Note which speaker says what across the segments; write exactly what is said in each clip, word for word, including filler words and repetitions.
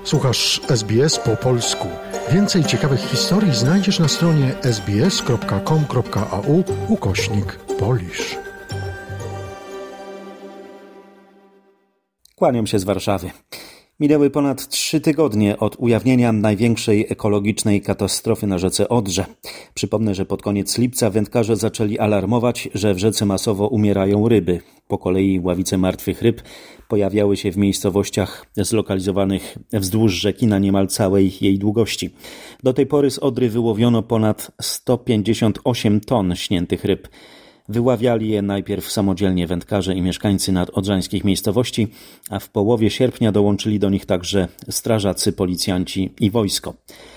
Speaker 1: Słuchasz S B S po polsku. Więcej ciekawych historii znajdziesz na stronie sbs.com.au ukośnik Polish.
Speaker 2: Kłaniam się z Warszawy. Minęły ponad trzy tygodnie od ujawnienia największej ekologicznej katastrofy na rzece Odrze. Przypomnę, że pod koniec lipca wędkarze zaczęli alarmować, że w rzece masowo umierają ryby. Po kolei ławice martwych ryb pojawiały się w miejscowościach zlokalizowanych wzdłuż rzeki na niemal całej jej długości. Do tej pory z Odry wyłowiono ponad sto pięćdziesiąt osiem ton śniętych ryb. Wyławiali je najpierw samodzielnie wędkarze i mieszkańcy nadodrzańskich miejscowości, a w połowie sierpnia dołączyli do nich także strażacy, policjanci i wojsko.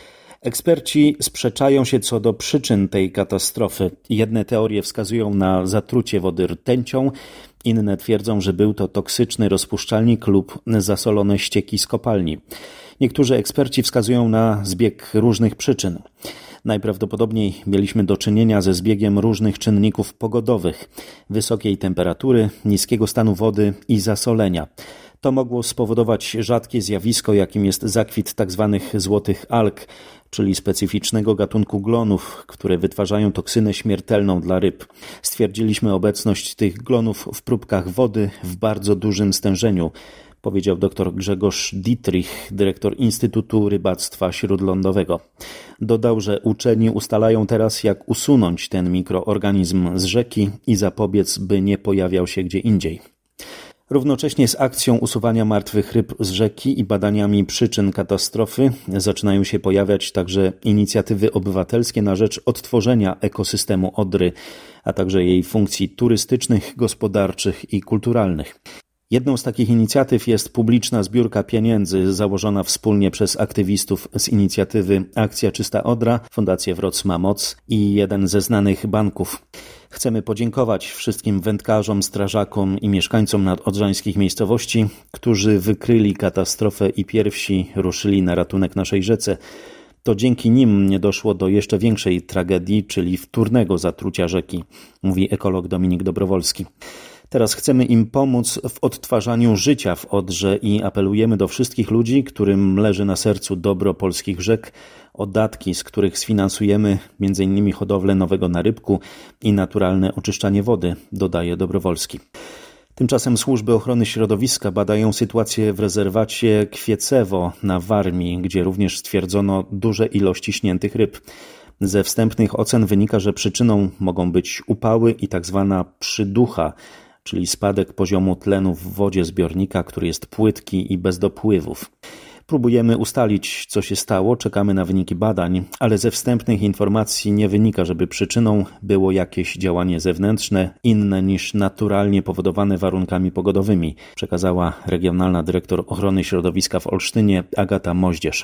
Speaker 2: Eksperci sprzeczają się co do przyczyn tej katastrofy. Jedne teorie wskazują na zatrucie wody rtęcią, inne twierdzą, że był to toksyczny rozpuszczalnik lub zasolone ścieki z kopalni. Niektórzy eksperci wskazują na zbieg różnych przyczyn. Najprawdopodobniej mieliśmy do czynienia ze zbiegiem różnych czynników pogodowych, wysokiej temperatury, niskiego stanu wody i zasolenia. To mogło spowodować rzadkie zjawisko, jakim jest zakwit tzw. złotych alg, czyli specyficznego gatunku glonów, które wytwarzają toksynę śmiertelną dla ryb. Stwierdziliśmy obecność tych glonów w próbkach wody w bardzo dużym stężeniu, powiedział dr Grzegorz Dietrich, dyrektor Instytutu Rybactwa Śródlądowego. Dodał, że uczeni ustalają teraz, jak usunąć ten mikroorganizm z rzeki i zapobiec, by nie pojawiał się gdzie indziej. Równocześnie z akcją usuwania martwych ryb z rzeki i badaniami przyczyn katastrofy zaczynają się pojawiać także inicjatywy obywatelskie na rzecz odtworzenia ekosystemu Odry, a także jej funkcji turystycznych, gospodarczych i kulturalnych. Jedną z takich inicjatyw jest publiczna zbiórka pieniędzy założona wspólnie przez aktywistów z inicjatywy Akcja Czysta Odra, Fundację Wroc ma moc i jeden ze znanych banków. Chcemy podziękować wszystkim wędkarzom, strażakom i mieszkańcom nadodrzańskich miejscowości, którzy wykryli katastrofę i pierwsi ruszyli na ratunek naszej rzece. To dzięki nim nie doszło do jeszcze większej tragedii, czyli wtórnego zatrucia rzeki, mówi ekolog Dominik Dobrowolski. Teraz chcemy im pomóc w odtwarzaniu życia w Odrze i apelujemy do wszystkich ludzi, którym leży na sercu dobro polskich rzek, o datki, z których sfinansujemy między innymi hodowlę nowego narybku i naturalne oczyszczanie wody, dodaje Dobrowolski. Tymczasem służby ochrony środowiska badają sytuację w rezerwacie Kwiecewo na Warmii, gdzie również stwierdzono duże ilości śniętych ryb. Ze wstępnych ocen wynika, że przyczyną mogą być upały i tak zwana przyducha, czyli spadek poziomu tlenu w wodzie zbiornika, który jest płytki i bez dopływów. Próbujemy ustalić, co się stało, czekamy na wyniki badań, ale ze wstępnych informacji nie wynika, żeby przyczyną było jakieś działanie zewnętrzne, inne niż naturalnie powodowane warunkami pogodowymi, przekazała regionalna dyrektor ochrony środowiska w Olsztynie Agata Moździerz.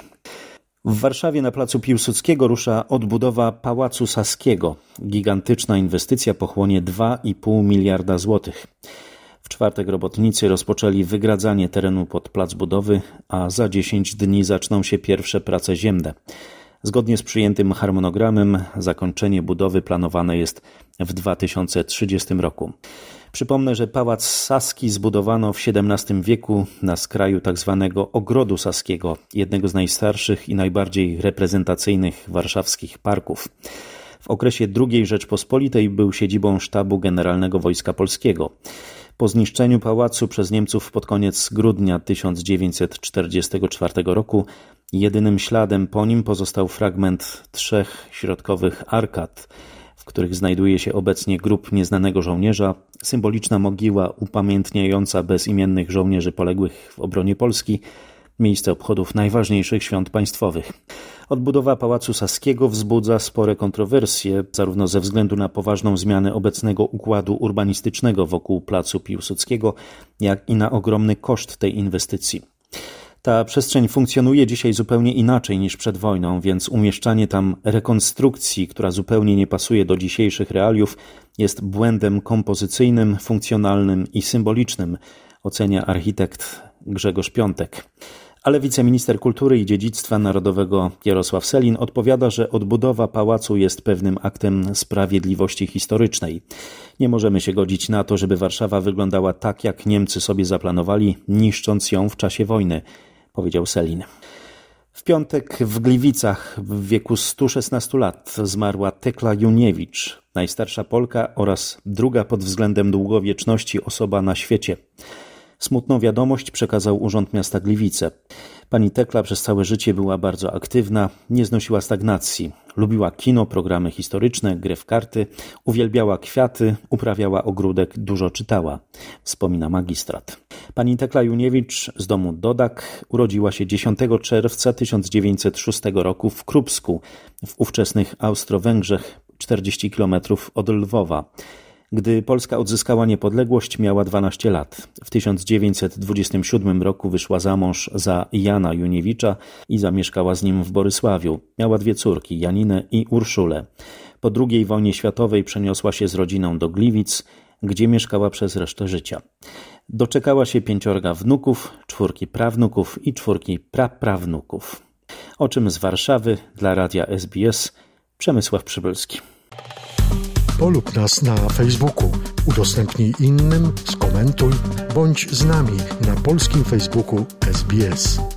Speaker 2: W Warszawie na placu Piłsudskiego rusza odbudowa Pałacu Saskiego. Gigantyczna inwestycja pochłonie dwa i pół miliarda złotych. W czwartek robotnicy rozpoczęli wygradzanie terenu pod plac budowy, a za dziesięć dni zaczną się pierwsze prace ziemne. Zgodnie z przyjętym harmonogramem zakończenie budowy planowane jest w dwa tysiące trzydziestym roku. Przypomnę, że Pałac Saski zbudowano w siedemnastym wieku na skraju tzw. Ogrodu Saskiego, jednego z najstarszych i najbardziej reprezentacyjnych warszawskich parków. W okresie drugiej Rzeczpospolitej był siedzibą Sztabu Generalnego Wojska Polskiego. Po zniszczeniu pałacu przez Niemców pod koniec grudnia tysiąc dziewięćset czterdziestego czwartego roku jedynym śladem po nim pozostał fragment trzech środkowych arkad, w których znajduje się obecnie grób nieznanego żołnierza, symboliczna mogiła upamiętniająca bezimiennych żołnierzy poległych w obronie Polski, miejsce obchodów najważniejszych świąt państwowych. Odbudowa Pałacu Saskiego wzbudza spore kontrowersje, zarówno ze względu na poważną zmianę obecnego układu urbanistycznego wokół Placu Piłsudskiego, jak i na ogromny koszt tej inwestycji. Ta przestrzeń funkcjonuje dzisiaj zupełnie inaczej niż przed wojną, więc umieszczanie tam rekonstrukcji, która zupełnie nie pasuje do dzisiejszych realiów, jest błędem kompozycyjnym, funkcjonalnym i symbolicznym, ocenia architekt Grzegorz Piątek. Ale wiceminister kultury i dziedzictwa narodowego Jarosław Sellin odpowiada, że odbudowa pałacu jest pewnym aktem sprawiedliwości historycznej. Nie możemy się godzić na to, żeby Warszawa wyglądała tak, jak Niemcy sobie zaplanowali, niszcząc ją w czasie wojny. powiedział Selin. W piątek w Gliwicach w wieku stu szesnastu lat zmarła Tekla Juniewicz, najstarsza Polka oraz druga pod względem długowieczności osoba na świecie. Smutną wiadomość przekazał Urząd Miasta Gliwice. Pani Tekla przez całe życie była bardzo aktywna, nie znosiła stagnacji. Lubiła kino, programy historyczne, grę w karty, uwielbiała kwiaty, uprawiała ogródek, dużo czytała, wspomina magistrat. Pani Tekla Juniewicz z domu Dodak urodziła się dziesiątego czerwca tysiąc dziewięćset szóstego roku w Krupsku, w ówczesnych Austro-Węgrzech, czterdzieści kilometrów od Lwowa. Gdy Polska odzyskała niepodległość, miała dwanaście lat. W tysiąc dziewięćset dwudziestym siódmym roku wyszła za mąż za Jana Juniewicza i zamieszkała z nim w Borysławiu. Miała dwie córki, Janinę i Urszulę. Po drugiej wojnie światowej przeniosła się z rodziną do Gliwic, gdzie mieszkała przez resztę życia. Doczekała się pięciorga wnuków, czwórki prawnuków i czwórki praprawnuków. O czym z Warszawy dla radia S B S Przemysław Przybylski.
Speaker 1: Polub nas na Facebooku, udostępnij innym, skomentuj, bądź z nami na polskim Facebooku S B S.